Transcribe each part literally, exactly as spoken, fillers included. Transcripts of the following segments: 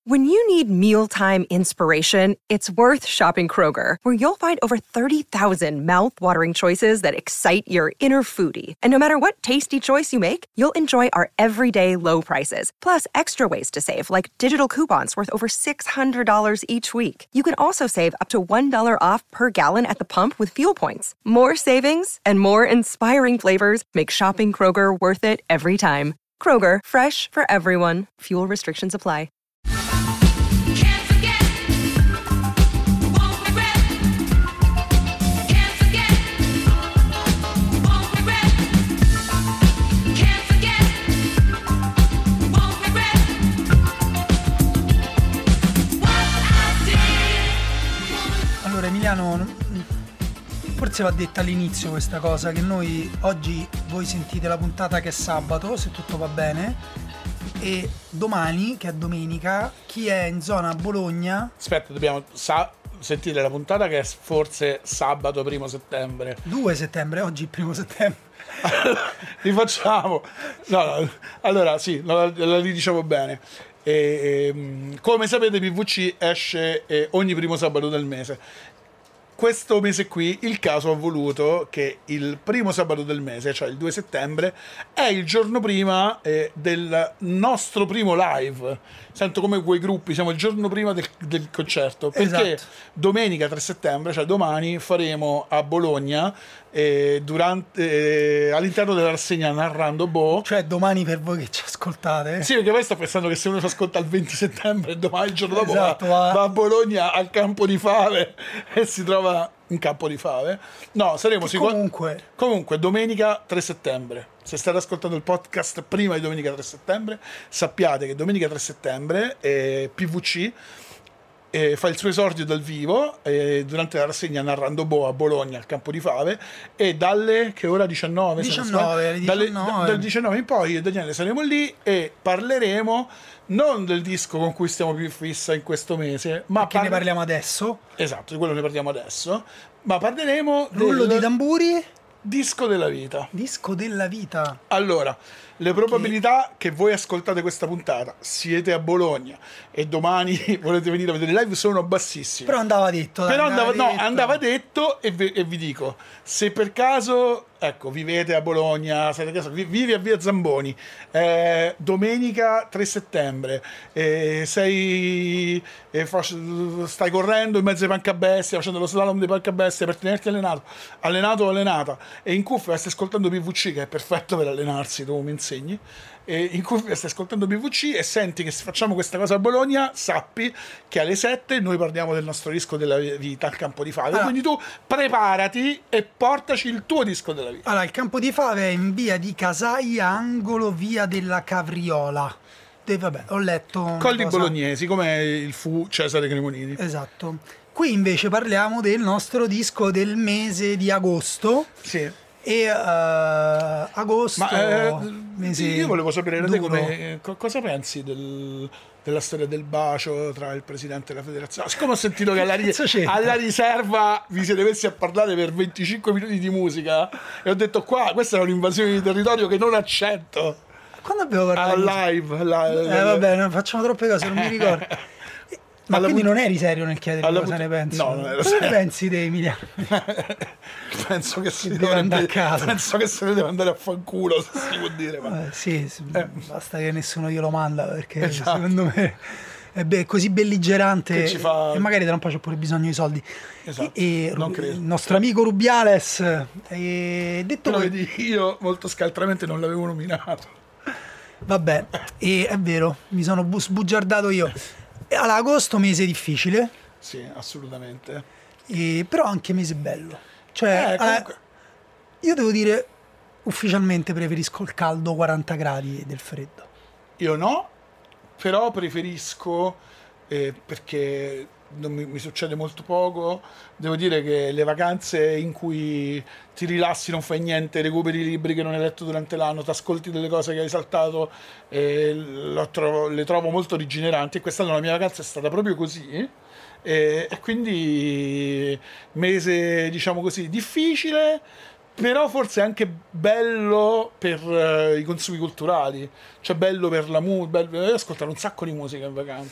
When you need mealtime inspiration, it's worth shopping Kroger, where you'll find over thirty thousand mouth-watering choices that excite your inner foodie. And no matter what tasty choice you make, you'll enjoy our everyday low prices, plus extra ways to save, like digital coupons worth over six hundred dollars each week. You can also save up to one dollar off per gallon at the pump with fuel points. More savings and more inspiring flavors make shopping Kroger worth it every time. Kroger, fresh for everyone. Fuel restrictions apply. Emiliano, forse va detta all'inizio questa cosa, che noi oggi, voi sentite la puntata che è sabato, se tutto va bene, e domani, che è domenica, chi è in zona Bologna... Aspetta, dobbiamo sa- sentire la puntata che è forse sabato primo settembre. due settembre, oggi primo settembre. Rifacciamo. No, no, allora sì, la, la diciamo bene. E, e, come sapete P V C esce eh, ogni primo sabato del mese. Questo mese qui il caso ha voluto che il primo sabato del mese, cioè il due settembre, è il giorno prima eh, del nostro primo live. Sento come quei gruppi, siamo il giorno prima del, del concerto, perché esatto. Domenica tre settembre, cioè domani, faremo a Bologna eh, durante, eh, all'interno della rassegna Narrando Boh. Cioè domani per voi che ci ascoltate. Sì, perché poi sto pensando che se uno ci ascolta il venti settembre, domani il giorno dopo esatto, va, va. va a Bologna al Campo di Fave e si trova in Campo di Fave. No, saremo sicuramente. Comunque. Comunque, domenica tre settembre. Se state ascoltando il podcast prima di domenica tre settembre, sappiate che domenica tre settembre eh, P V C eh, fa il suo esordio dal vivo eh, durante la rassegna Narrando Boh a Bologna al Campo di Fave, e dalle che ora diciannove, diciannove, dalle, diciannove. dal diciannove in poi Daniele saremo lì e parleremo non del disco con cui stiamo più in fissa in questo mese, ma Perché parla- ne parliamo adesso. esatto, di quello ne parliamo adesso, ma parleremo Rullo del di tamburi. disco della vita. Disco della vita. Allora, le probabilità che... che voi ascoltate questa puntata, siete a Bologna e domani volete venire a vedere il live sono bassissime. Però andava detto. Però andava, andava no, detto. andava detto e vi, e vi dico, se per caso, ecco, vivete a Bologna, siete a casa, vi- vivi a via Zamboni, eh, domenica tre settembre, eh, sei, eh, fac- stai correndo in mezzo ai pancabestie, facendo lo slalom dei pancabestie per tenerti allenato, allenato o allenata, e in cuffia stai ascoltando P V C, che è perfetto per allenarsi, tu mi insegni, e in cuffia stai ascoltando P V C e senti che se facciamo questa cosa a Bologna, sappi che alle sette noi parliamo del nostro disco della vita al Campo di Fave. Allora, quindi tu preparati e portaci il tuo disco della vita. Allora, il Campo di Fave è in via di Casaia, angolo via della Cavriola. E vabbè, ho letto una Colli cosa... Bolognesi, come il fu Cesare Cremonini. Esatto. Qui invece parliamo del nostro disco del mese di agosto. Sì. E uh, agosto, Ma eh, mese io volevo sapere da te duro. come, co- cosa pensi del, della storia del bacio tra il presidente della federazione. Siccome ho sentito che alla, ri- alla riserva vi siete messi a parlare per venticinque minuti di musica e ho detto qua, questa è un'invasione di territorio che non accetto. Quando abbiamo parlato? Al live. La, eh la, vabbè, non facciamo troppe cose, non mi ricordo. Ma alla quindi put- non eri serio nel chiedere cosa put- ne pensi? No, non ero cosa serio. ne pensi te, Emiliano? penso che si deve dovrebbe, andare a casa. penso che se ne deve andare a fanculo, se si può dire. Ma... Eh, sì, Eh. basta che nessuno glielo manda, perché Esatto. secondo me è be- così belligerante Che ci fa- e magari tra un po' c'è pure bisogno di soldi. Esatto, E, e non Ru- credo. il nostro amico Rubiales, e detto Però que- vedi, io molto scaltramente non l'avevo nominato. vabbè, e è vero, mi sono bu- sbugiardato io. E allora, agosto mese difficile, Sì, assolutamente. e- però anche mese bello. Cioè, Eh, allora, comunque... io devo dire, ufficialmente preferisco il caldo quaranta gradi del freddo. Io no, però preferisco, eh, perché non mi, mi succede molto poco, devo dire che le vacanze in cui ti rilassi, non fai niente, recuperi i libri che non hai letto durante l'anno, ti ascolti delle cose che hai saltato, eh, lo trovo- le trovo molto rigeneranti, e quest'anno la mia vacanza è stata proprio così. E, e quindi mese, diciamo così, difficile, però forse anche bello per eh, i consumi culturali, cioè bello per la musica, ascoltare un sacco di musica in vacanza.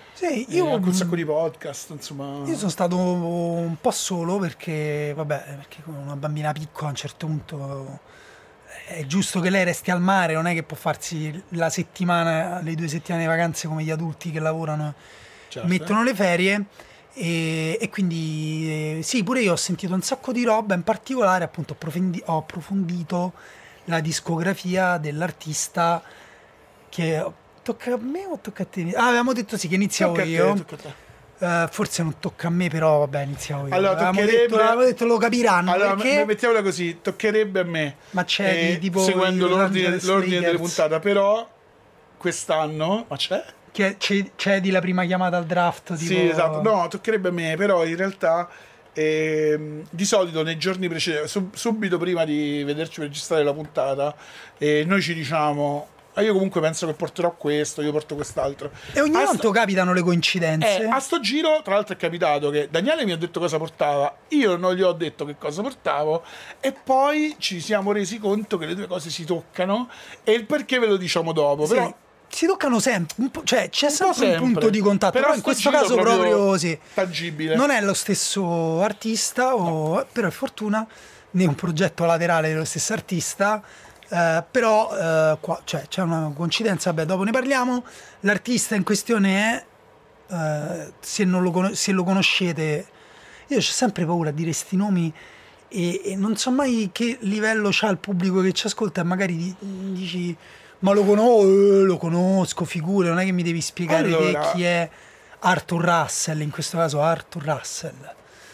Sì, io io ho anche un sacco di podcast, insomma. Io sono stato un po' solo perché, vabbè, perché con una bambina piccola a un certo punto è giusto che lei resti al mare, non è che può farsi la settimana, le due settimane di vacanze come gli adulti che lavorano, Certo. mettono le ferie. E, e quindi eh, sì, pure io ho sentito un sacco di roba, in particolare appunto approfondi- ho approfondito la discografia dell'artista che tocca a me o tocca a te? Ah, avevamo detto sì che iniziavo Tocca a te, io. tocca a te. Uh, forse non tocca a me, però vabbè, iniziamo io. Allora, avevamo, toccherebbe- detto, avevamo detto lo capiranno Allora, perché m- mettiamola così, toccherebbe a me. Ma c'è eh, di tipo seguendo i Los l'ordine, Angeles l'ordine delle Lakers. puntate, però quest'anno, ma c'è? che c'è, c'è di la prima chiamata al draft tipo... Sì, esatto. No, toccherebbe a me, però in realtà ehm, di solito nei giorni precedenti, sub- subito prima di vederci registrare la puntata, eh, noi ci diciamo: "Ah, io comunque penso che porterò questo, io porto quest'altro". E ogni A tanto sto- capitano le coincidenze. eh, a sto giro, tra l'altro, è capitato che Daniele mi ha detto cosa portava, io non gli ho detto che cosa portavo, e poi ci siamo resi conto che le due cose si toccano, e il perché ve lo diciamo dopo. Sì, Però si toccano sempre, un po', cioè c'è Un po' sempre un sempre. punto di contatto, Però però in sto questo giro caso proprio proprio sì. tangibile. Non è lo stesso artista, o, però è fortuna, né un progetto laterale dello stesso artista, eh, però eh, qua, cioè, c'è una coincidenza, vabbè, dopo ne parliamo. L'artista in questione è, eh, se, non lo, con- se lo conoscete, io ho sempre paura a dire sti nomi e, e non so mai che livello c'ha il pubblico che ci ascolta, e magari di- dici ma lo conosco, lo conosco, figure, non è che mi devi spiegare Allora- che chi è Arthur Russell, in questo caso Arthur Russell.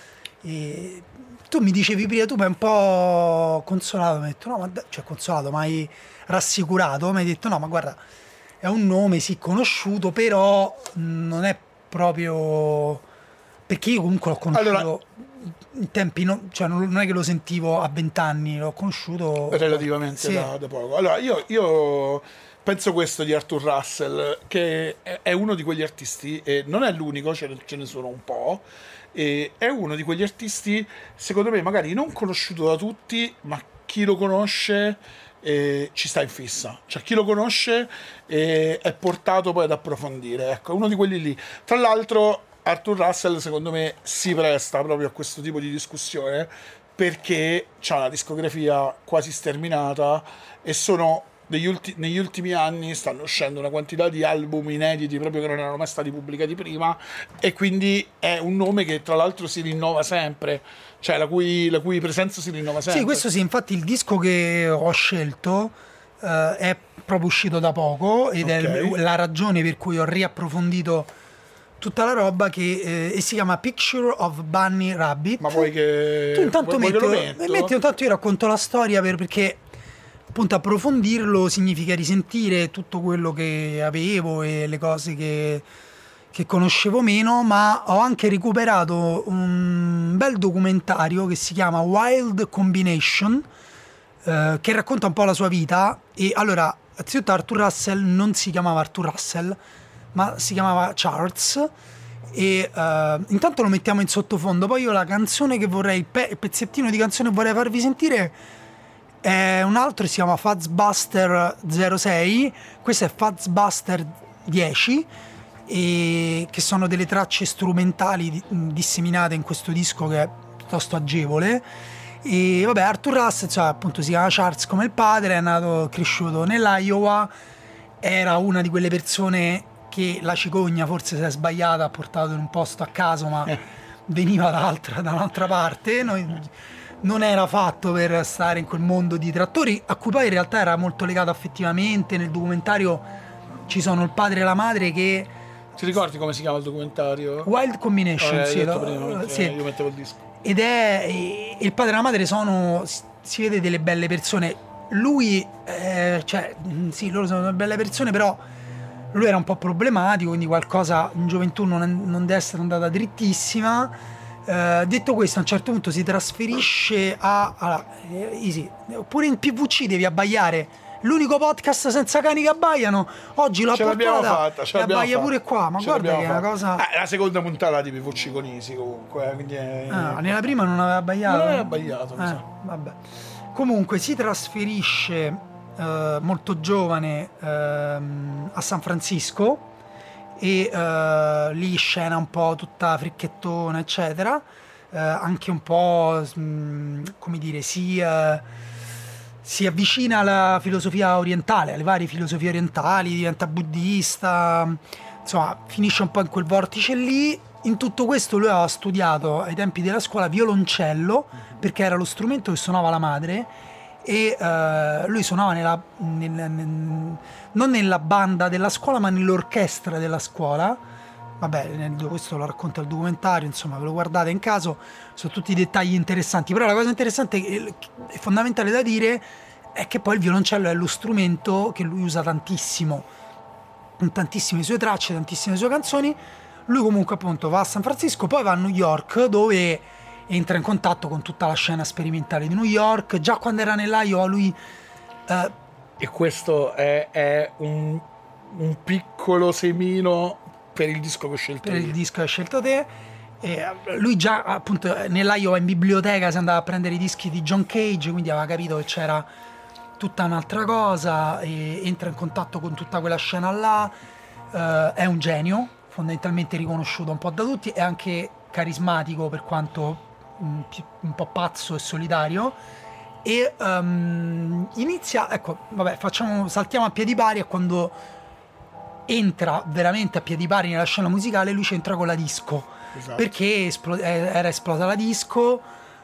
E tu mi dicevi prima, tu mi hai un po' consolato, mi hai detto no, ma da- cioè consolato, ma hai rassicurato, mi hai detto no, ma guarda, è un nome sì conosciuto, però non è proprio, perché io comunque l'ho conosciuto Allora- in tempi, no- cioè non non è che lo sentivo a vent'anni, l'ho conosciuto relativamente sì. da, da poco. Allora, io, io penso questo di Arthur Russell, che è, è uno di quegli artisti, e non è l'unico, ce ne, ce ne sono un po', e è uno di quegli artisti, secondo me, magari non conosciuto da tutti, ma chi lo conosce eh, ci sta in fissa. Cioè, chi lo conosce eh, è portato poi ad approfondire. Ecco, è uno di quelli lì. Tra l'altro, Arthur Russell, secondo me, si presta proprio a questo tipo di discussione, perché c'ha una discografia quasi sterminata, e sono degli ulti- negli ultimi anni stanno uscendo una quantità di album inediti proprio che non erano mai stati pubblicati prima, e quindi è un nome che tra l'altro si rinnova sempre, cioè la cui, la cui presenza si rinnova sempre. Sì, questo sì, infatti il disco che ho scelto eh, è proprio uscito da poco ed è Ok. la ragione per cui ho riapprofondito tutta la roba, che eh, e si chiama Picture of Bunny Rabbit. Ma vuoi che, Tu intanto vuoi, metti, vuoi che lo metto? metti intanto io racconto la storia per- perché appunto approfondirlo significa risentire tutto quello che avevo e le cose che, che conoscevo meno, ma ho anche recuperato un bel documentario che si chiama Wild Combination, eh, che racconta un po' la sua vita. E allora, innanzitutto Arthur Russell non si chiamava Arthur Russell, ma si chiamava Charles. E eh, intanto lo mettiamo in sottofondo. Poi io la canzone che vorrei, il, pe- il pezzettino di canzone che vorrei farvi sentire è un altro, si chiama Fuzzbuster zero sei. Questo è Fuzzbuster dieci, e che sono delle tracce strumentali di- disseminate in questo disco che è piuttosto agevole. E vabbè, Arthur Russell, cioè, appunto si chiama Charles come il padre, è nato, cresciuto nell'Iowa, era una di quelle persone che la cicogna forse si è sbagliata, ha portato in un posto a caso, ma veniva dall'altra, da un'altra parte. Noi, non era fatto per stare in quel mondo di trattori, a cui poi in realtà era molto legato affettivamente. Nel documentario ci sono il padre e la madre che... Ti ricordi come si chiama il documentario? Wild Combination, Eh, sì, hai detto lo- prima, mentre sì. io mettevo il disco. Ed è e il padre e la madre sono, si vede, delle belle persone. Lui eh, cioè mh, sì, loro sono delle belle persone, però lui era un po' problematico, quindi qualcosa in gioventù non, è- non deve essere andata drittissima. Eh, detto questo, a un certo punto si trasferisce a, a eh, Easy. Oppure in P V C devi abbaiare, l'unico podcast senza cani che abbaiano. Oggi l'ho Ce l'abbiamo portata fatta, ce e l'abbiamo abbaia fatta. pure qua, ma Ce guarda che è l'abbiamo una fatta. cosa... Eh, la seconda puntata di P V C con Easy, comunque, eh, quindi è... Ah, nella prima non aveva abbaiato? Non aveva abbaiato, mi Eh, sa. vabbè. Comunque si trasferisce eh, molto giovane ehm, a San Francisco, e uh, lì scena un po' tutta fricchettona eccetera, uh, anche un po' mh, come dire si, uh, si avvicina alla filosofia orientale, alle varie filosofie orientali, diventa buddista, insomma finisce un po' in quel vortice lì. In tutto questo lui aveva studiato ai tempi della scuola violoncello, perché era lo strumento che suonava la madre, e uh, lui suonava nella, nel, nel, non nella banda della scuola ma nell'orchestra della scuola. Vabbè, nel, questo lo racconta il documentario, insomma ve lo guardate in caso, sono tutti dettagli interessanti. Però la cosa interessante e fondamentale da dire è che poi il violoncello è lo strumento che lui usa tantissimo in tantissime sue tracce, tantissime sue canzoni. Lui comunque appunto va a San Francisco, poi va a New York, dove entra in contatto con tutta la scena sperimentale di New York. Già quando era nell'Iowa lui eh, e questo è, è un, un piccolo semino per il disco che ho scelto per io. il disco che hai scelto te. E lui già appunto nell'Iowa in biblioteca si andava a prendere i dischi di John Cage, quindi aveva capito che c'era tutta un'altra cosa, e entra in contatto con tutta quella scena là. Eh, è un genio, fondamentalmente riconosciuto un po' da tutti, è anche carismatico per quanto un, un po' pazzo e solitario, e um, inizia, ecco, vabbè, facciamo, saltiamo a piedi pari a quando entra veramente a piedi pari nella scena musicale. Lui c'entra con la disco, esatto. Perché espl- era esplosa la disco,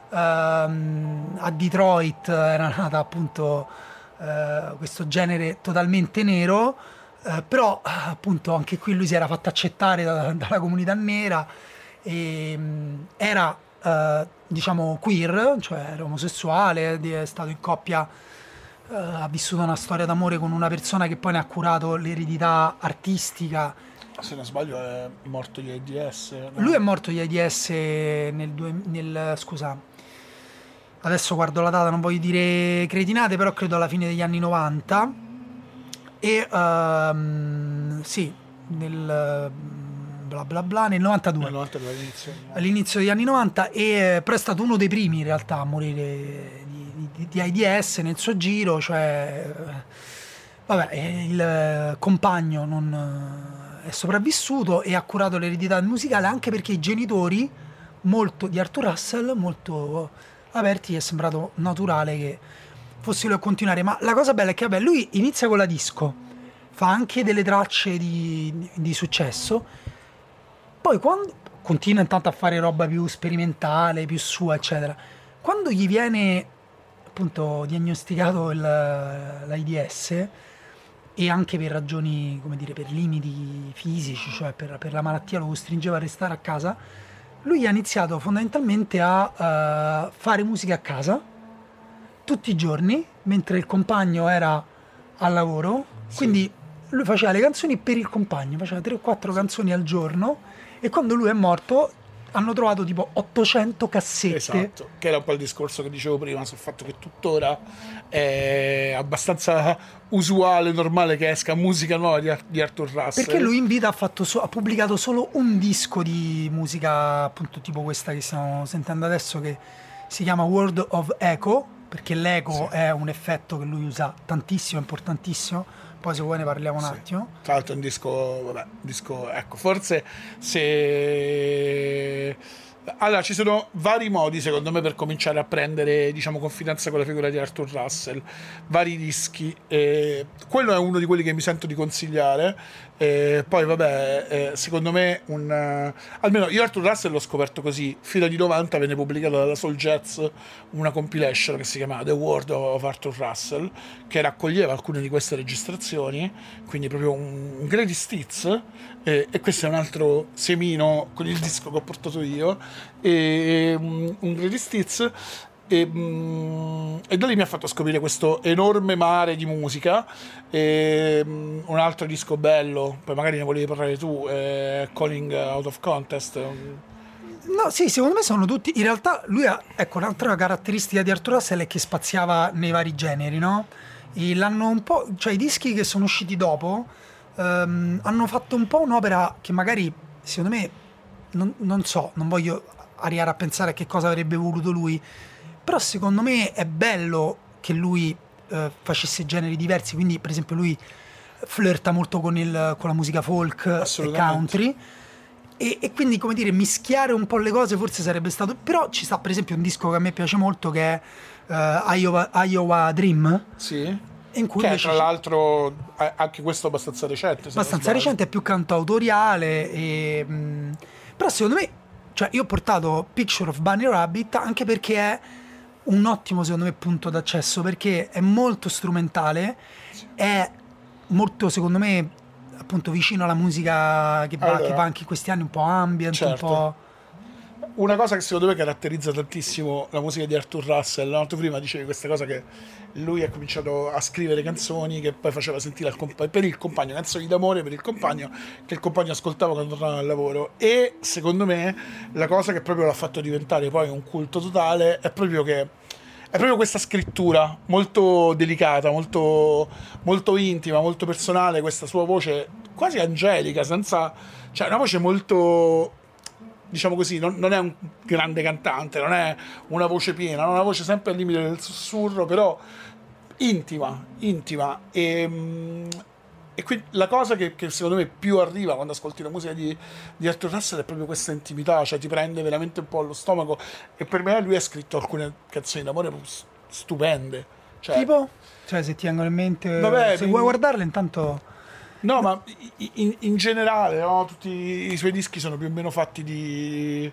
um, a Detroit era nata appunto uh, questo genere totalmente nero. Uh, però appunto anche qui lui si era fatto accettare da, dalla comunità nera e um, era uh, diciamo queer, cioè era omosessuale, è stato in coppia, uh, ha vissuto una storia d'amore con una persona che poi ne ha curato l'eredità artistica. Se non sbaglio è morto di AIDS, no? Lui è morto di AIDS nel, due, nel scusa adesso guardo la data, non voglio dire cretinate, però credo alla fine degli anni novanta. E um, sì, nel bla bla bla nel novantadue, nel novantadue all'inizio. all'inizio degli anni novanta, e però è stato uno dei primi in realtà a morire di, di, di AIDS nel suo giro, cioè vabbè, il compagno non è sopravvissuto e ha curato l'eredità musicale, anche perché i genitori molto di Arthur Russell, molto aperti, è sembrato naturale che fossero a continuare. Ma la cosa bella è che vabbè, lui inizia con la disco, fa anche delle tracce di, di successo, poi quando continua intanto a fare roba più sperimentale, più sua eccetera, quando gli viene appunto diagnosticato il, l'AIDS, e anche per ragioni, come dire, per limiti fisici, cioè per, per la malattia lo costringeva a restare a casa, lui ha iniziato fondamentalmente a uh, fare musica a casa tutti i giorni, mentre il compagno era al lavoro, sì. Quindi lui faceva le canzoni per il compagno, faceva tre o quattro canzoni al giorno, e quando lui è morto hanno trovato tipo ottocento cassette. Esatto, che era un po' il discorso che dicevo prima sul fatto che tuttora è abbastanza usuale, normale che esca musica nuova di, Ar- di Arthur Russell. Perché lui in vita ha, fatto so- ha pubblicato solo un disco di musica, appunto tipo questa che stiamo sentendo adesso, che si chiama World of Echo, perché l'eco sì. È un effetto che lui usa tantissimo, importantissimo. Poi se vuoi ne parliamo un sì. attimo. Tra l'altro è un disco, vabbè, un disco, ecco, forse se... Allora, ci sono vari modi secondo me per cominciare a prendere, diciamo, confidenza con la figura di Arthur Russell, vari dischi, eh, quello è uno di quelli che mi sento di consigliare. Eh, poi vabbè, eh, secondo me un, uh, almeno io Arthur Russell l'ho scoperto così, fino agli novanta venne pubblicata dalla Soul Jazz una compilation che si chiamava The World of Arthur Russell, che raccoglieva alcune di queste registrazioni, quindi proprio un, un greatest hits, eh, e questo è un altro semino con il disco che ho portato io, e um, un greatest hits. E, mm, e da lì mi ha fatto scoprire questo enorme mare di musica. E, mm, un altro disco bello, poi magari ne volevi parlare tu, è Calling Out of Contest. No, sì, secondo me sono tutti. In realtà lui ha, ecco, un'altra caratteristica di Arthur Russell è che spaziava nei vari generi, no? E l'hanno un po', cioè i dischi che sono usciti dopo um, hanno fatto un po' un'opera che magari, secondo me, non, non so, non voglio arrivare a pensare a che cosa avrebbe voluto lui, però secondo me è bello che lui eh, facesse generi diversi. Quindi per esempio lui flirta molto con, il, con la musica folk e country. E, e quindi, come dire, mischiare un po' le cose forse sarebbe stato... Però ci sta per esempio un disco che a me piace molto, che è uh, Iowa, Iowa Dream. Sì. In cui che tra l'altro anche questo abbastanza recente. Abbastanza recente, è più cantautoriale. E, mh, però secondo me, cioè io ho portato Picture of Bunny Rabbit anche perché è un ottimo, secondo me, punto d'accesso, perché è molto strumentale, è molto, secondo me, appunto vicino alla musica che va, allora, che va anche in questi anni un po' ambient, certo. un po'... Una cosa che secondo me caratterizza tantissimo la musica di Arthur Russell, no? Tu prima dicevi questa cosa che lui ha cominciato a scrivere canzoni che poi faceva sentire al compa- per il compagno, canzoni d'amore per il compagno, che il compagno ascoltava quando tornava al lavoro. E secondo me la cosa che proprio l'ha fatto diventare poi un culto totale è proprio che è proprio questa scrittura molto delicata, molto, molto intima, molto personale, questa sua voce quasi angelica, senza, cioè una voce molto, diciamo così, non, non è un grande cantante, non è una voce piena, ha una voce sempre al limite del sussurro, però intima, intima. E, e quindi la cosa che, che secondo me più arriva quando ascolti la musica di, di Arthur Russell è proprio questa intimità, cioè ti prende veramente un po' allo stomaco. E per me lui ha scritto alcune canzoni d'amore stupende. Cioè, tipo? Cioè se ti vengono in mente... Vabbè, se vuoi guardarle intanto... No, ma in, in generale, no? Tutti i suoi dischi sono più o meno fatti di...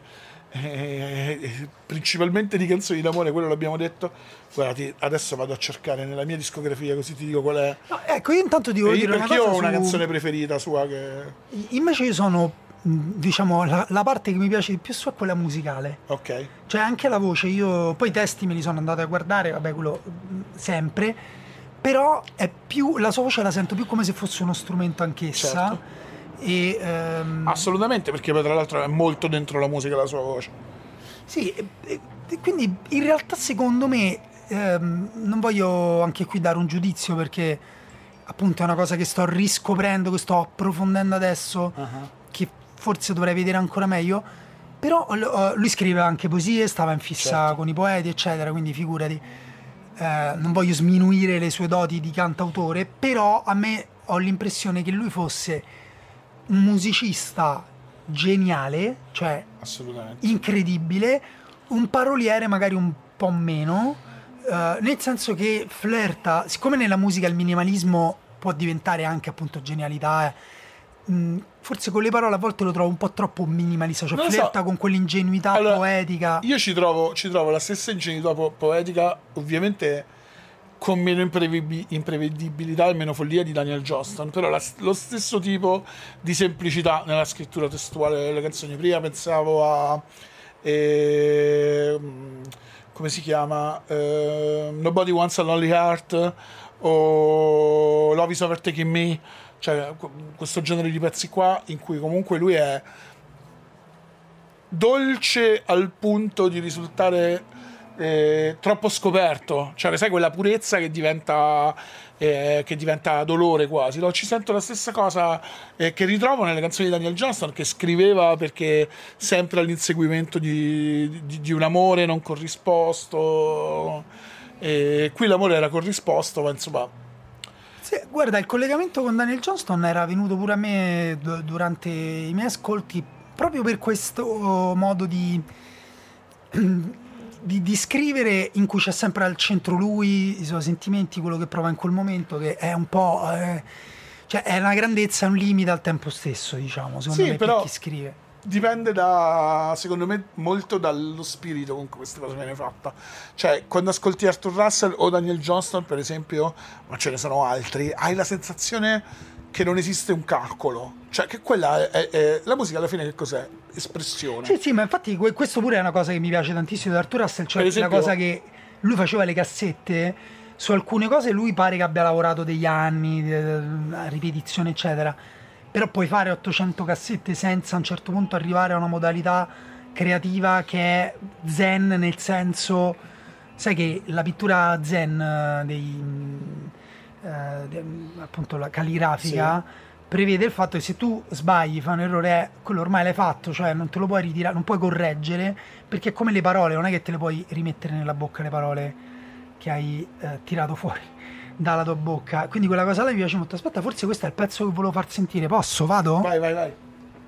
Eh, principalmente di canzoni d'amore, quello l'abbiamo detto. Guardati, adesso vado a cercare nella mia discografia, così ti dico qual è. No, ecco, io intanto dico dire perché una io cosa ho una su... canzone preferita sua che... Invece io sono, diciamo, la, la parte che mi piace di più su è quella musicale. Ok. Cioè anche la voce, io poi i testi me li sono andato a guardare, vabbè, quello sempre, però è più, la sua voce la sento più come se fosse uno strumento anch'essa. Certo. E, um... assolutamente, perché poi tra l'altro è molto dentro la musica la sua voce. Sì, e, e quindi in realtà secondo me ehm, non voglio anche qui dare un giudizio, perché appunto è una cosa che sto riscoprendo, che sto approfondendo adesso, uh-huh. che forse dovrei vedere ancora meglio, però uh, lui scriveva anche poesie, stava in fissa, certo, con i poeti eccetera, quindi figurati, eh, non voglio sminuire le sue doti di cantautore, però a me ho l'impressione che lui fosse un musicista geniale, cioè assolutamente incredibile, un paroliere magari un po' meno, uh, nel senso che flirta, siccome nella musica il minimalismo può diventare anche appunto genialità, eh, mh, forse con le parole a volte lo trovo un po' troppo minimalista, cioè flirta so. con quell'ingenuità allora, poetica. Io ci trovo, ci trovo la stessa ingenuità po- poetica, ovviamente con meno imprevi- imprevedibilità e meno follia di Daniel Johnston, però la, lo stesso tipo di semplicità nella scrittura testuale delle canzoni. Prima pensavo a eh, come si chiama, eh, Nobody Wants a Lonely Heart o Love is Overtaking Me, cioè questo genere di pezzi qua in cui comunque lui è dolce al punto di risultare Eh, troppo scoperto, cioè sai quella purezza che diventa eh, che diventa dolore quasi, no? Ci sento la stessa cosa eh, che ritrovo nelle canzoni di Daniel Johnston, che scriveva perché sempre all'inseguimento di, di, di un amore non corrisposto, e qui l'amore era corrisposto, ma insomma sì, guarda, il collegamento con Daniel Johnston era venuto pure a me d- durante i miei ascolti, proprio per questo modo di Di, di scrivere in cui c'è sempre al centro lui, i suoi sentimenti, quello che prova in quel momento, che è un po' eh, cioè è una grandezza, è un limite al tempo stesso, diciamo, secondo sì, me, però per chi scrive. Dipende da, secondo me, molto dallo spirito con cui questa cosa viene fatta. Cioè, quando ascolti Arthur Russell o Daniel Johnston, per esempio, ma ce ne sono altri, hai la sensazione che non esiste un calcolo, cioè che quella è, è, è la musica alla fine che cos'è? Espressione. Sì, sì, ma infatti questo pure è una cosa che mi piace tantissimo di Arthur Russell, cioè esempio, la cosa che lui faceva le cassette, su alcune cose lui pare che abbia lavorato degli anni, a ripetizione eccetera, però puoi fare ottocento cassette senza a un certo punto arrivare a una modalità creativa che è zen, nel senso, sai che la pittura zen dei Eh, appunto la calligrafica, sì, prevede il fatto che se tu sbagli, fai un errore, eh, quello ormai l'hai fatto, cioè non te lo puoi ritirare, non puoi correggere, perché è come le parole, non è che te le puoi rimettere nella bocca le parole che hai eh, tirato fuori dalla tua bocca, quindi quella cosa là mi piace molto. Aspetta, forse questo è il pezzo che volevo far sentire, posso? Vado? Vai, vai, vai.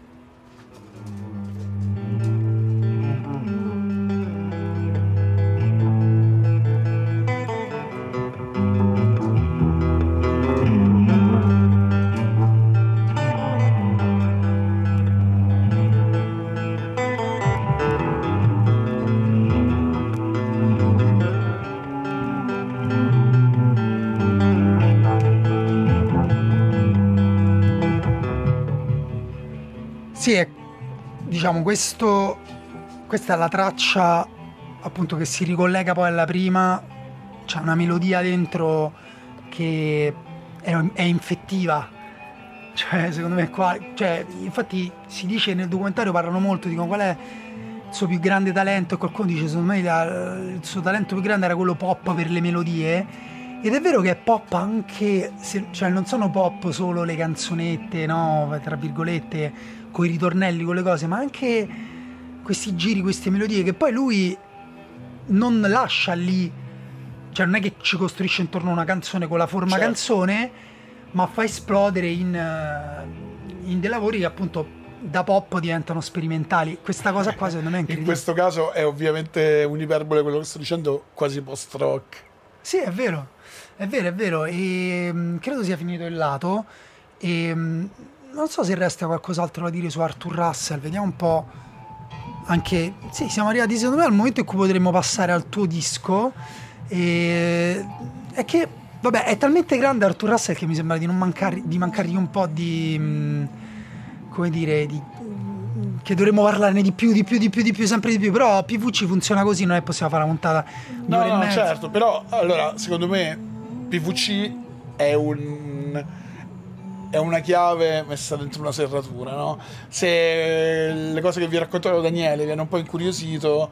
Sì, è, diciamo, questo, questa è la traccia appunto che si ricollega poi alla prima, c'è una melodia dentro che è, è infettiva, cioè secondo me qua, cioè, infatti si dice nel documentario, parlano molto, dicono qual è il suo più grande talento, e qualcuno dice secondo me il suo talento più grande era quello pop per le melodie. Ed è vero che è pop anche, se, cioè non sono pop solo le canzonette, no, tra virgolette, con i ritornelli, con le cose, ma anche questi giri, queste melodie che poi lui non lascia lì, cioè non è che ci costruisce intorno a una canzone con la forma certo. canzone, ma fa esplodere in, in dei lavori che appunto da pop diventano sperimentali. Questa cosa qua secondo me è incredibile. In questo caso è ovviamente un'iperbole quello che sto dicendo, quasi post-rock. Sì, è vero. È vero, è vero, e um, credo sia finito il lato, e um, non so se resta qualcos'altro da dire su Arthur Russell, vediamo un po', anche, sì, siamo arrivati secondo me al momento in cui potremmo passare al tuo disco, e è che, vabbè, è talmente grande Arthur Russell che mi sembra di non mancare, di mancargli un po' di, um, come dire, di, che dovremmo parlarne di più, di più, di più, di più, sempre di più, però P V C funziona così, non è possiamo fare una puntata di no, ore no, e mezza. Certo, però, allora, secondo me P V C è un è una chiave messa dentro una serratura, no? Se le cose che vi raccontavo Daniele vi hanno un po' incuriosito,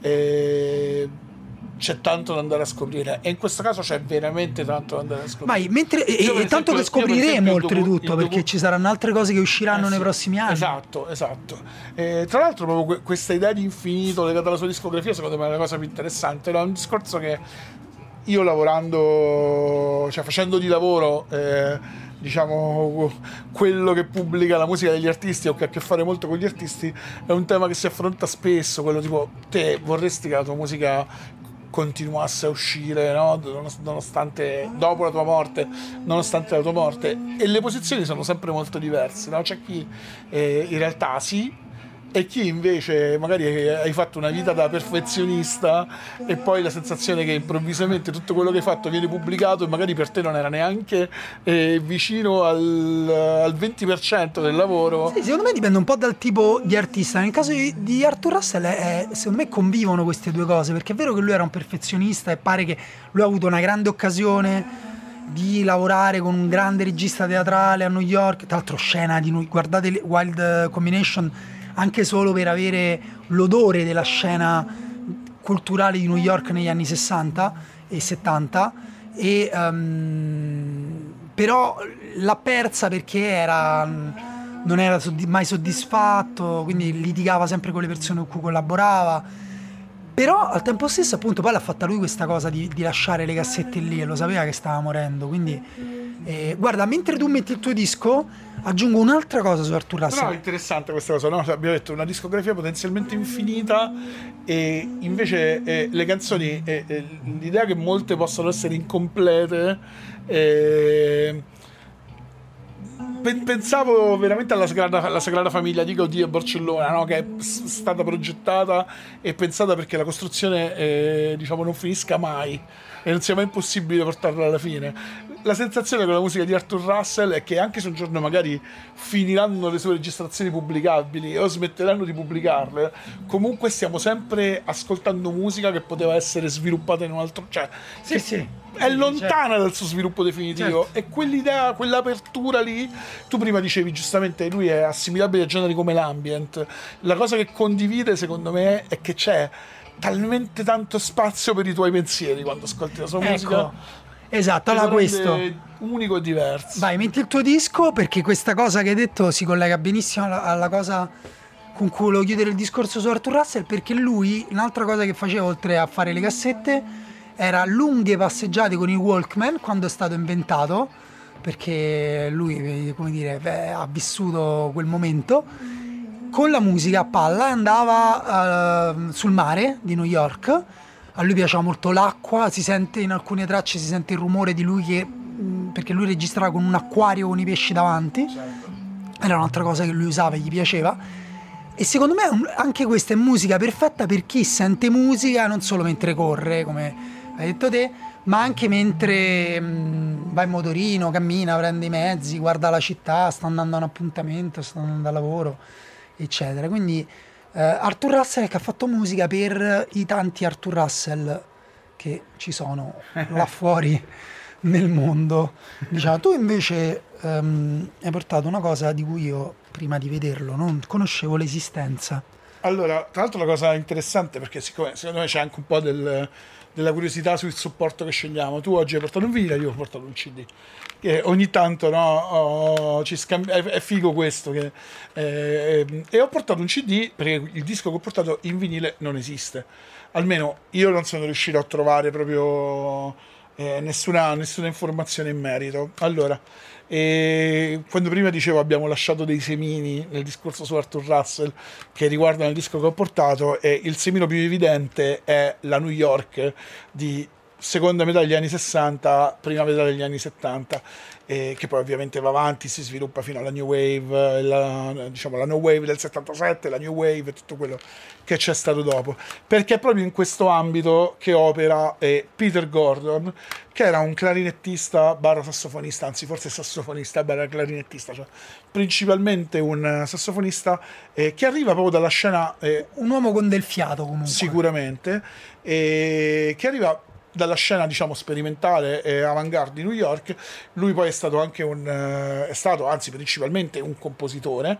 eh, c'è tanto da andare a scoprire, e in questo caso c'è veramente tanto da andare a scoprire. Vai, mentre, e, e tanto che scopriremo oltretutto, docu- perché docu- ci saranno altre cose che usciranno eh, nei sì, prossimi anni. Esatto, esatto. Eh, tra l'altro proprio que- questa idea di infinito legata alla sua discografia secondo me è la cosa più interessante, no? È un discorso che io lavorando, cioè facendo di lavoro, eh, diciamo, quello che pubblica la musica degli artisti o che ha a che fare molto con gli artisti, è un tema che si affronta spesso, quello tipo, te vorresti che la tua musica continuasse a uscire, no? Nonostante, dopo la tua morte, nonostante la tua morte, e le posizioni sono sempre molto diverse, no? C'è chi eh, in realtà sì, e chi invece magari hai fatto una vita da perfezionista e poi la sensazione che improvvisamente tutto quello che hai fatto viene pubblicato e magari per te non era neanche eh, vicino al, al venti per cento del lavoro. Sì, secondo me dipende un po' dal tipo di artista. Nel caso di, di Arthur Russell è, secondo me convivono queste due cose, perché è vero che lui era un perfezionista e pare che lui ha avuto una grande occasione di lavorare con un grande regista teatrale a New York, tra l'altro scena di New, guardate Wild Combination, anche solo per avere l'odore della scena culturale di New York negli anni sessanta e settanta, e um, però l'ha persa perché era, non era mai soddisfatto, quindi litigava sempre con le persone con cui collaborava, però al tempo stesso appunto poi l'ha fatta lui questa cosa di, di lasciare le cassette lì, e lo sapeva che stava morendo, quindi eh, guarda, mentre tu metti il tuo disco aggiungo un'altra cosa su Arthur Russell. No, è interessante questa cosa, no? Abbiamo detto una discografia potenzialmente infinita, e invece eh, le canzoni, eh, eh, l'idea che molte possono essere incomplete, eh, pensavo veramente alla Sagrada, alla Sagrada Famiglia di Gaudì a Barcellona, no? Che è stata progettata e pensata perché la costruzione eh, diciamo non finisca mai e non sia mai possibile portarla alla fine. La sensazione con la musica di Arthur Russell è che anche se un giorno magari finiranno le sue registrazioni pubblicabili o smetteranno di pubblicarle, comunque stiamo sempre ascoltando musica che poteva essere sviluppata in un altro, cioè sì, sì, è sì, lontana certo. dal suo sviluppo definitivo, certo. E quell'idea, quell'apertura lì, tu prima dicevi giustamente lui è assimilabile a generi come l'ambient. La cosa che condivide secondo me è che c'è talmente tanto spazio per i tuoi pensieri quando ascolti la sua ecco. musica. Esatto, allora questo unico e diverso. Vai, metti il tuo disco, perché questa cosa che hai detto si collega benissimo alla, alla cosa con cui volevo chiudere il discorso su Arthur Russell, perché lui, un'altra cosa che faceva oltre a fare le cassette era lunghe passeggiate con i Walkman quando è stato inventato, perché lui, come dire, beh, ha vissuto quel momento. Con la musica a palla andava uh, sul mare di New York. A lui piaceva molto l'acqua, si sente in alcune tracce, si sente il rumore di lui che, perché lui registrava con un acquario con i pesci davanti, era un'altra cosa che lui usava e gli piaceva. E secondo me anche questa è musica perfetta per chi sente musica non solo mentre corre, come hai detto te, ma anche mentre mh, va in motorino, cammina, prende i mezzi, guarda la città, sta andando a un appuntamento, sta andando al lavoro, eccetera. Quindi Uh, Arthur Russell, che ha fatto musica per i tanti Arthur Russell che ci sono là fuori nel mondo. Diciamo, tu invece um, hai portato una cosa di cui io prima di vederlo non conoscevo l'esistenza. Allora, tra l'altro la cosa interessante, perché siccome secondo me c'è anche un po' del, della curiosità sul supporto che scegliamo. Tu oggi hai portato un vinile, io ho portato un C D. Che ogni tanto, no, oh, ci scambi- è, è figo questo. Che, eh, e ho portato un C D perché il disco che ho portato in vinile non esiste. Almeno io non sono riuscito a trovare proprio eh, nessuna, nessuna informazione in merito. Allora, e quando prima dicevo abbiamo lasciato dei semini nel discorso su Arthur Russell che riguardano il disco che ho portato, e il semino più evidente è la New York di seconda metà degli anni sessanta, prima metà degli anni settanta, eh, che poi ovviamente va avanti, si sviluppa fino alla New Wave, la, diciamo la No Wave del settantasette, la New Wave e tutto quello che c'è stato dopo, perché è proprio in questo ambito che opera eh, Peter Gordon, che era un clarinettista barra sassofonista, anzi forse sassofonista barra clarinettista, cioè principalmente un sassofonista eh, che arriva proprio dalla scena, eh, un uomo con del fiato comunque, sicuramente, eh, che arriva dalla scena, diciamo, sperimentale e avant-garde di New York. Lui poi è stato anche un è stato anzi principalmente un compositore,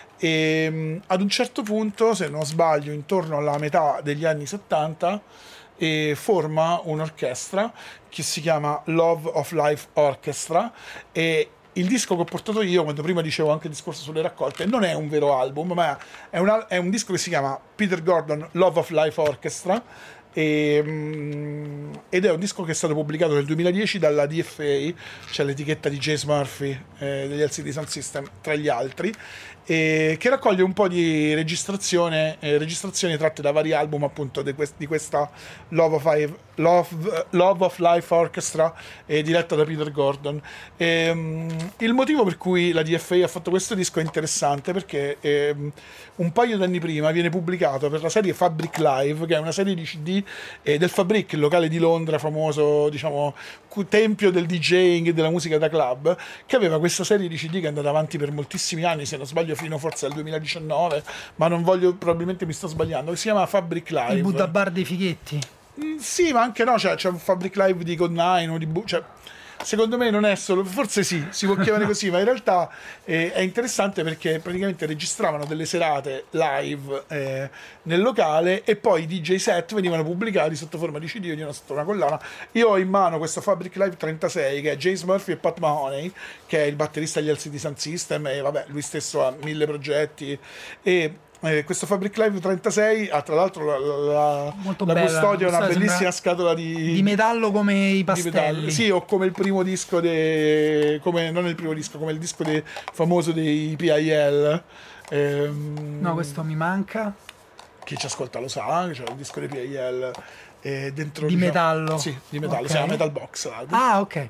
e ad un certo punto, se non sbaglio intorno alla metà degli anni settanta, e forma un'orchestra che si chiama Love of Life Orchestra. E il disco che ho portato io, quando prima dicevo anche il discorso sulle raccolte, non è un vero album, ma è un, è un disco che si chiama Peter Gordon Love of Life Orchestra. E, ed è un disco che è stato pubblicato nel duemiladieci dalla D F A, cioè l'etichetta di James Murphy eh, degli L C D Sound System, tra gli altri, e che raccoglie un po' di registrazione, eh, registrazioni tratte da vari album, appunto, di, quest- di questa Love of, Life, Love, Love of Life Orchestra, eh, diretta da Peter Gordon. E, um, il motivo per cui la D F A ha fatto questo disco è interessante, perché eh, un paio d'anni prima viene pubblicato per la serie Fabric Live, che è una serie di C D eh, del Fabric, il locale di Londra famoso, diciamo, tempio del DJing e della musica da club, che aveva questa serie di C D che è andata avanti per moltissimi anni, se non sbaglio fino forse al duemiladiciannove, ma non voglio, probabilmente mi sto sbagliando, che si chiama Fabric Live. Il Buddha Bar dei fighetti. Mm, sì, ma anche no, cioè, c'è un Fabric Live di God Nine o di Bu- cioè, secondo me non è solo, forse sì, si può chiamare così, ma in realtà eh, è interessante perché praticamente registravano delle serate live eh, nel locale, e poi i D J set venivano pubblicati sotto forma di C D, ognuno sotto una collana. Io ho in mano questo Fabric Live trentasei, che è James Murphy e Pat Mahoney, che è il batterista degli L C D Sound System, e vabbè, lui stesso ha mille progetti. E Eh, questo Fabric Live trentasei ha tra l'altro la, la, la bella, custodia, una bellissima scatola di, di metallo come i di pastelli. metallo. Sì, o come il primo disco de, come non il primo disco, come il disco de, famoso dei P I L. Ehm, no, questo mi manca. Chi ci ascolta lo sa, c'è un disco dei P I L eh, dentro, di diciamo, metallo. Sì, di metallo, okay. si chiama Metal Box l'album. Ah, ok.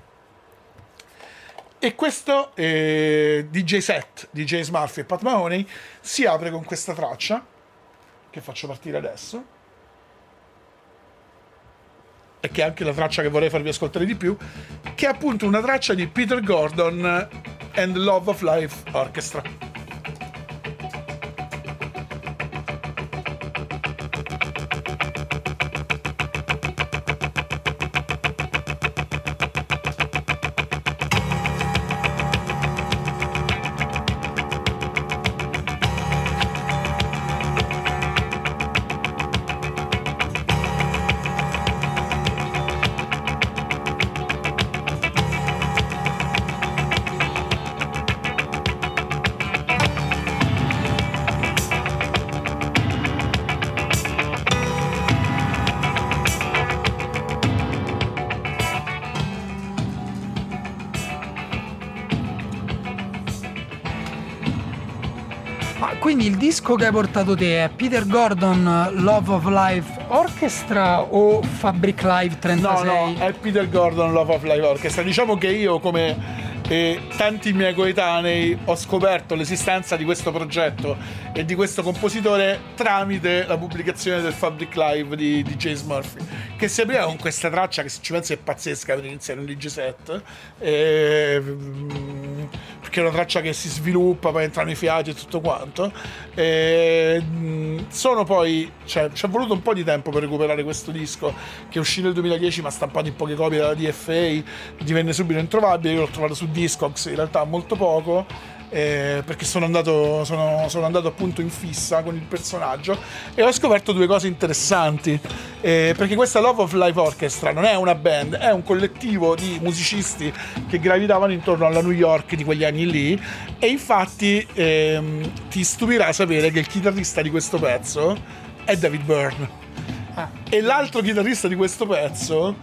E questo eh, D J set di James Murphy e Pat Mahoney si apre con questa traccia che faccio partire adesso, e che è anche la traccia che vorrei farvi ascoltare di più, che è appunto una traccia di Peter Gordon and Love of Life Orchestra. quindi il disco che hai portato te è Peter Gordon Love of Life Orchestra o Fabric Live trentasei? No, no, è Peter Gordon Love of Life Orchestra. Diciamo che io, come e tanti miei coetanei, ho scoperto l'esistenza di questo progetto e di questo compositore tramite la pubblicazione del Fabric Live di, di James Murphy, che si apriva con questa traccia che, se ci pensi, è pazzesca per iniziare un D J set, e, perché è una traccia che si sviluppa, poi entrano i fiati e tutto quanto. E, sono poi, cioè, ci è voluto un po' di tempo per recuperare questo disco, che uscì nel duemiladieci ma stampato in poche copie dalla D F A, divenne subito introvabile. Io l'ho trovato su Discogs in realtà molto poco, eh, perché sono andato, sono, sono andato appunto in fissa con il personaggio e ho scoperto due cose interessanti, eh, perché questa Love of Life Orchestra non è una band, è un collettivo di musicisti che gravitavano intorno alla New York di quegli anni lì, e infatti ehm, ti stupirà sapere che il chitarrista di questo pezzo è David Byrne, ah. e l'altro chitarrista di questo pezzo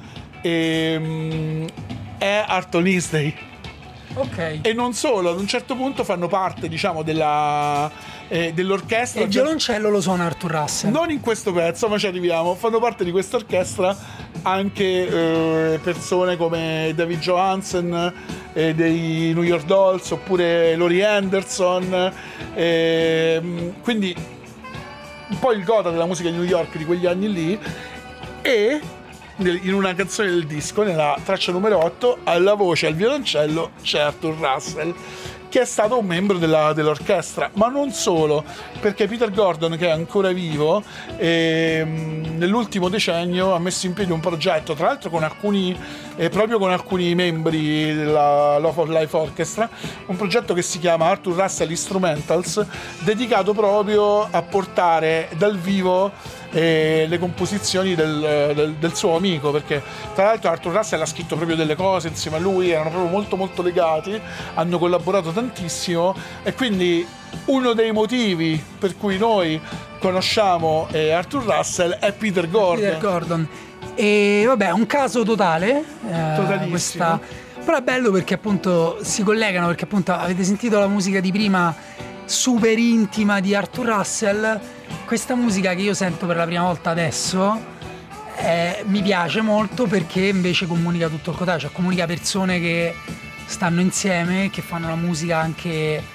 ehm, è Arthur Lindsay. Ok. E non solo, ad un certo punto fanno parte, diciamo, della eh, dell'orchestra. E il violoncello lo suona Arthur Russell. Non in questo pezzo, ma ci arriviamo. Fanno parte di questa orchestra anche eh, persone come David Johansen eh, dei New York Dolls, oppure Laurie Anderson, eh, quindi un po' il gota della musica di New York di quegli anni lì. E in una canzone del disco, nella traccia numero otto, alla voce, al violoncello, c'è Arthur Russell, che è stato un membro della, dell'orchestra. Ma non solo, perché Peter Gordon, che è ancora vivo, ehm, nell'ultimo decennio ha messo in piedi un progetto, tra l'altro con alcuni eh, proprio con alcuni membri della Love of Life Orchestra, un progetto che si chiama Arthur Russell Instrumentals, dedicato proprio a portare dal vivo e le composizioni del, del, del suo amico, perché tra l'altro Arthur Russell ha scritto proprio delle cose insieme a lui, erano proprio molto molto legati, hanno collaborato tantissimo, e quindi uno dei motivi per cui noi conosciamo eh, Arthur Russell è Peter Gordon. Peter Gordon. E vabbè, è un caso totale, eh, totalissimo. Questa... però è bello perché appunto si collegano, perché appunto avete sentito la musica di prima, super intima, di Arthur Russell. Questa musica che io sento per la prima volta adesso eh, mi piace molto, perché invece comunica tutto il contrario, cioè comunica persone che stanno insieme, che fanno la musica anche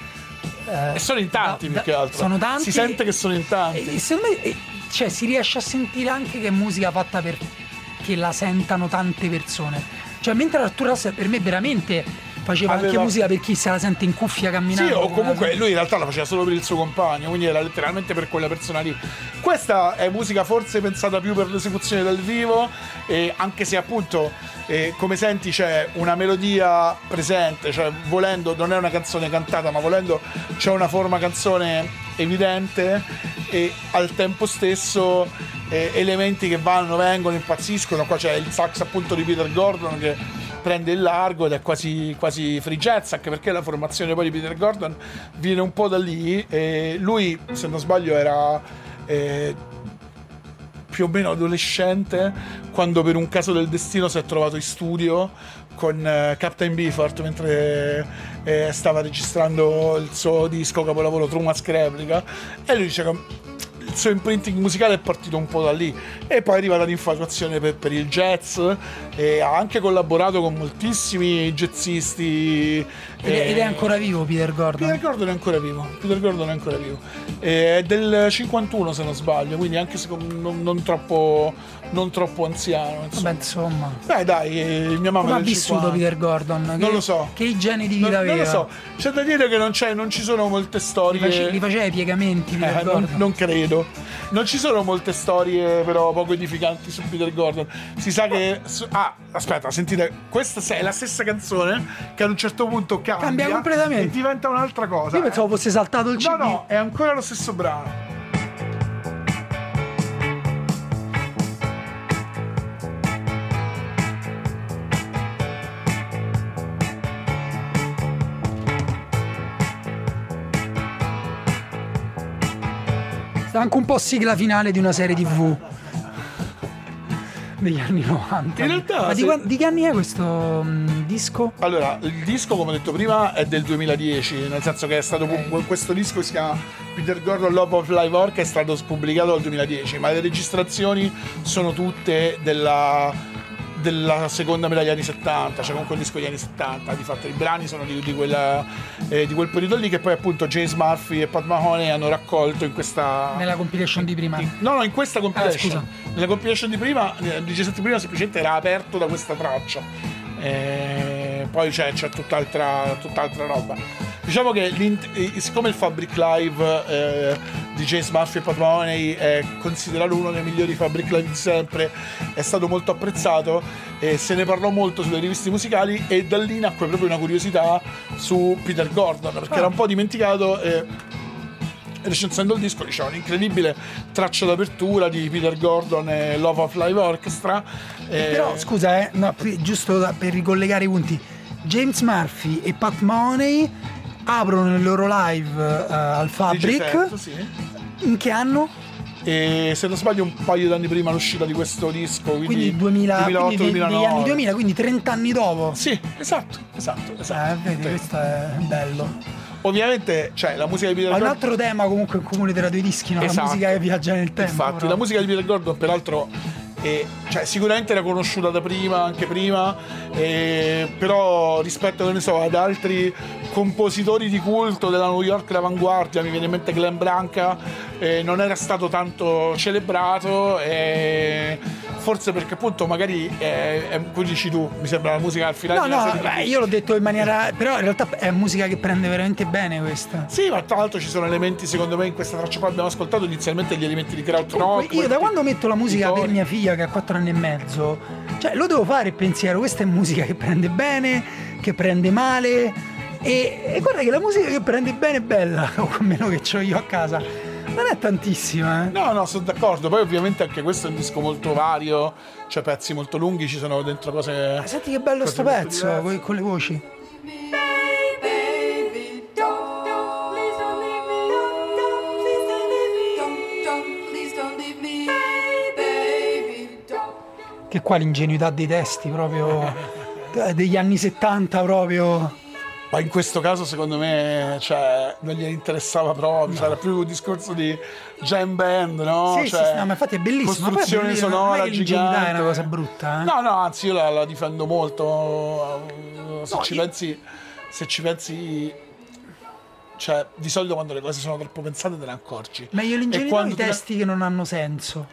eh, e sono in tanti, da, più che altro sono tanti, si sente che sono in tanti, e secondo me, cioè, si riesce a sentire anche che è musica fatta per che la sentano tante persone, cioè mentre Arthur Russell per me veramente faceva Aveva... anche musica per chi se la sente in cuffia camminando. Sì, o comunque lui in realtà la faceva solo per il suo compagno, quindi era letteralmente per quella persona lì. Questa è musica forse pensata più per l'esecuzione dal vivo, e anche se appunto eh, come senti c'è una melodia presente, cioè volendo non è una canzone cantata, ma volendo c'è una forma canzone evidente, e al tempo stesso eh, elementi che vanno, vengono, impazziscono. Qua c'è il sax appunto di Peter Gordon che prende il largo ed è quasi, quasi free jazz, anche perché la formazione poi di Peter Gordon viene un po' da lì, e lui, se non sbaglio, era eh, più o meno adolescente quando per un caso del destino si è trovato in studio con eh, Captain Beefheart mentre eh, stava registrando il suo disco capolavoro Truman's Replica, e lui dice che il suo imprinting musicale è partito un po' da lì, e poi è arrivata l'infatuazione per, per il jazz, e ha anche collaborato con moltissimi jazzisti. Ed è, ed è ancora vivo Peter Gordon? Peter Gordon è ancora vivo, Peter Gordon è ancora vivo. È del cinquantuno se non sbaglio, quindi anche se non, non troppo non troppo anziano, insomma. Vabbè, insomma. Beh, dai, eh, mia mamma. Come ha vissuto cinquanta. Peter Gordon? Non che, lo so. Che igiene di vita non, aveva? Non lo so. C'è da dire che non, c'è, non ci sono molte storie. Li, face, li faceva i piegamenti Peter eh, Gordon? Non, non credo. Non ci sono molte storie però poco edificanti su Peter Gordon. Si sa che su, ah, aspetta, sentite, questa è la stessa canzone che ad un certo punto cambia, cambia completamente e diventa un'altra cosa. Io pensavo fosse saltato il C D. No, no, è ancora lo stesso brano. Anche un po' sigla finale di una serie tivù. degli anni novanta. In realtà, ma di, se... qua- di che anni è questo um, disco? Allora, il disco, come ho detto prima, è del duemiladieci, nel senso che è stato Okay. questo disco si chiama Peter Gordon Love of Live Orchestra, è stato pubblicato nel duemiladieci, ma le registrazioni sono tutte della della seconda metà degli anni settanta, cioè comunque il disco degli anni settanta, di fatto i brani sono di, di, quella, eh, di quel periodo lì, che poi appunto James Murphy e Pat Mahoney hanno raccolto in questa Nella compilation di prima. in, no no in questa compilation. Ah, nella compilation di prima di diciassette prima semplicemente era aperto da questa traccia, e poi c'è, c'è tutt'altra, tutt'altra roba. Diciamo che siccome il Fabric Live eh, di James Murphy e Pat Mahoney è considerato uno dei migliori Fabric Live di sempre, è stato molto apprezzato e se ne parlò molto sulle riviste musicali, e da lì nacque proprio una curiosità su Peter Gordon, perché Ah. era un po' dimenticato. E recensendo il disco diceva un'incredibile traccia d'apertura di Peter Gordon e Love of Live Orchestra. E... Però scusa, eh, no, giusto da- per ricollegare i punti, James Murphy e Pat Mahoney aprono il loro live eh, al Fabric. diciassette, sì. In che anno? E se non sbaglio un paio d'anni prima l'uscita di questo disco, quindi, Quindi duemila, duemilaotto quindi de- degli duemilanove. anni duemila, quindi trenta anni dopo. Sì, esatto, esatto, esatto. Eh, vedi, Sì. questo è bello. Ovviamente, cioè, la musica di Peter Ma un Gordon... altro tema comunque in comune tra i due dischi, no? Esatto. La musica che viaggia nel tempo. Infatti, però. la musica di Peter Gordon, peraltro, è, cioè, sicuramente era conosciuta da prima, anche prima, eh, però rispetto, che ne so, ad altri compositori di culto della New York d'avanguardia, mi viene in mente Glenn Branca, eh, non era stato tanto celebrato, e forse perché appunto magari è, è, come dici tu, mi sembra la musica al finale No, della no, serie beh, T V. io l'ho detto in maniera... Però in realtà è musica che prende veramente bene questa. Sì, ma tra l'altro ci sono elementi, secondo me, in questa traccia qua abbiamo ascoltato inizialmente gli elementi di krautrock. Comunque, io da quel- quando metto la musica i per tori. mia figlia che ha quattro anni e mezzo, cioè lo devo fare il pensiero, questa è musica che prende bene, che prende male, e, e guarda che la musica che prende bene è bella, o almeno che ho io a casa, non è tantissima, eh. No, no, sono d'accordo. Poi ovviamente anche questo è un disco molto vario, cioè pezzi molto lunghi, ci sono dentro cose... Ma senti che bello cose sto molto pezzo, diverse. con, con le voci. Baby, don't, don't, please don't leave me. Don't, don't, please don't leave me. Don't, don't, please don't leave me. Baby, don't. Che qua l'ingenuità dei testi proprio eh, degli anni settanta proprio. Ma in questo caso secondo me, cioè, non gli interessava proprio, cioè, era più un discorso di jam band, no? Sì, Cioè, sì, no, ma infatti è bellissimo. Ma poi è costruzione bellissimo, sonora non è che l'ingenuità gigante. è una cosa brutta, eh. No, no, anzi io la, la difendo molto. Se No, ci io- pensi, se ci pensi, cioè, di solito quando le cose sono troppo pensate te ne accorgi. Meglio E l'ingenuità quando i te ne- testi che non hanno senso.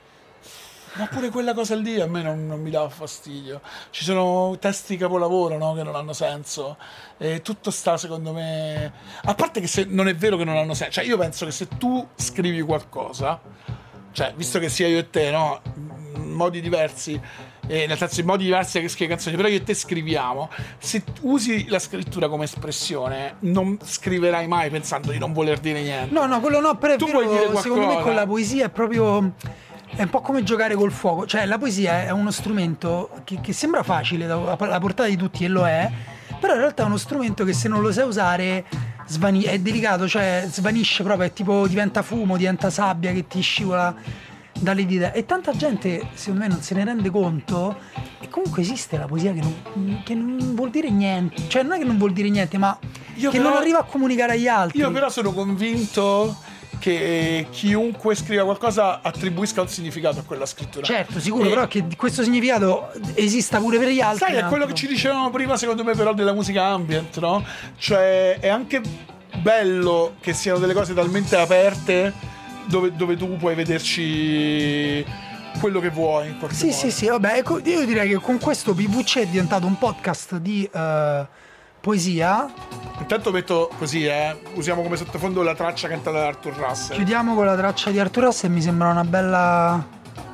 Ma pure quella cosa lì a me non, non mi dà fastidio. Ci sono testi capolavoro, no, che non hanno senso. E tutto sta, secondo me... A parte che se non è vero che non hanno senso. Cioè, io penso che se tu scrivi qualcosa, cioè, visto che sia io e te, no, in modi diversi, eh, nel senso in modi diversi che scrivi canzoni, però io e te scriviamo, se usi la scrittura come espressione, non scriverai mai pensando di non voler dire niente. No, no, quello no, però è Tu vero, vuoi dire secondo me qualcosa? con la poesia è proprio... È un po' come giocare col fuoco. Cioè la poesia è uno strumento che, che sembra facile, da- alla portata di tutti, e lo è, però in realtà è uno strumento che se non lo sai usare svani- è delicato, cioè svanisce proprio, è tipo diventa fumo, diventa sabbia che ti scivola dalle dita. E tanta gente secondo me non se ne rende conto. E comunque esiste la poesia che non, che non vuol dire niente. Cioè non è che non vuol dire niente, ma Io che però- non arriva a comunicare agli altri. Io però sono convinto che chiunque scriva qualcosa attribuisca un significato a quella scrittura. Certo, sicuro, E- però che questo significato esista pure per gli altri. Sai, è quello che ci dicevamo prima, secondo me, però, della musica ambient, no? Cioè, è anche bello che siano delle cose talmente aperte dove, dove tu puoi vederci quello che vuoi, in qualche Sì, modo. sì, sì, vabbè, ecco, io direi che con questo P V C è diventato un podcast di eh, poesia. Intanto metto così, eh, usiamo come sottofondo la traccia cantata da Arthur Russell. Chiudiamo con la traccia di Arthur Russell e mi sembra una bella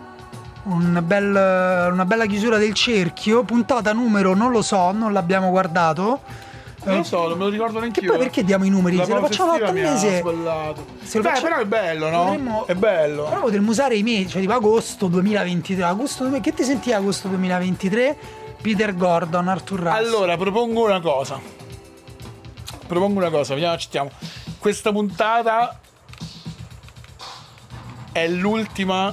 un bel, una bella chiusura del cerchio. Puntata numero non lo so, non l'abbiamo guardato. Non lo so, non me lo ricordo neanche Che io. poi perché diamo i numeri? La Se lo pausa facciamo estiva al mi ha mese, sballato. se lo Beh, facciamo- però è bello, no? potremmo- È bello. Però potremmo usare i mesi, cioè tipo agosto duemilaventitré. Agosto duemila Che ti senti agosto duemilaventitré? Peter Gordon, Arthur Russell. Allora, propongo una cosa. Propongo una cosa, vediamo, accettiamo. Questa puntata è l'ultima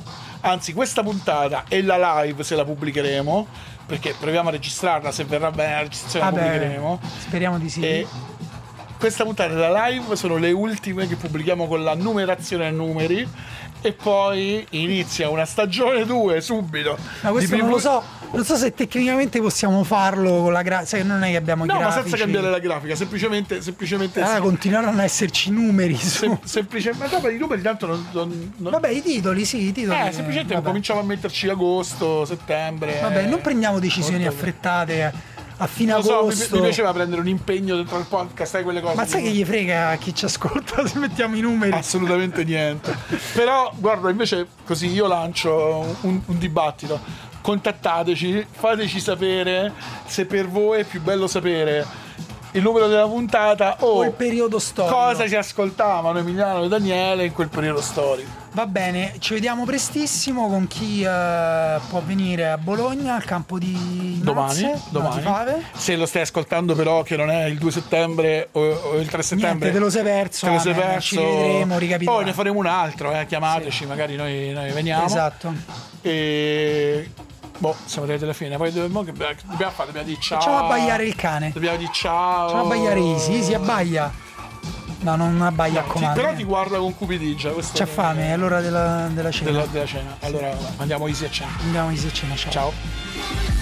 Anzi, questa puntata e la live, se la pubblicheremo, perché proviamo a registrarla, se verrà bene la registrazione la Vabbè, pubblicheremo. speriamo di sì. E questa puntata e la live sono le ultime che pubblichiamo con la numerazione a numeri, e poi inizia una stagione due subito. Ma questo di non primo- lo so, non so se tecnicamente possiamo farlo con la grafica, sai, non è che abbiamo i No, ma grafici. senza cambiare la grafica, semplicemente semplicemente Ah, sì. continueranno a esserci numeri su. Sem- semplicemente, ma dopo i numeri tanto non, non- non- Vabbè, i titoli, sì, i titoli. eh, semplicemente vabbè. cominciamo a metterci agosto, settembre. Vabbè, eh, non prendiamo decisioni ottobre. affrettate a fine Lo so, mi, agosto. mi piaceva prendere un impegno dentro il podcast, sai quelle cose. Ma sai che gli frega a chi ci ascolta se mettiamo i numeri? Assolutamente niente. Però guarda, invece così io lancio un, un dibattito. Contattateci, fateci sapere se per voi è più bello sapere il numero della puntata o, O il periodo storico. cosa si ascoltavano Emiliano e Daniele in quel periodo storico. Va bene, ci vediamo prestissimo con chi eh, può venire a Bologna al campo di Domani, Nazze, no, domani. di Fave. Se lo stai ascoltando però che non è il due settembre o, o il tre settembre, Niente, te lo sei perso, te lo sei amen, perso. ci rivedremo, ricapitoleremo. Poi ne faremo un altro, eh, chiamateci, magari noi, noi veniamo. Esatto. E boh, siamo arrivati alla fine. Poi dobbiamo, che dobbiamo fare? Dobbiamo dire ciao. Facciamo abbaiare il cane. Dobbiamo dire ciao. Facciamo abbaiare Easy, Easy abbaia. No, non abbaia a Ti- comando. però ti guarda con cupidigia. questo C'ha è- fame, è l'ora della, della cena. della, della cena. Allora andiamo easy a cena. Andiamo Easy a cena, ciao. Ciao.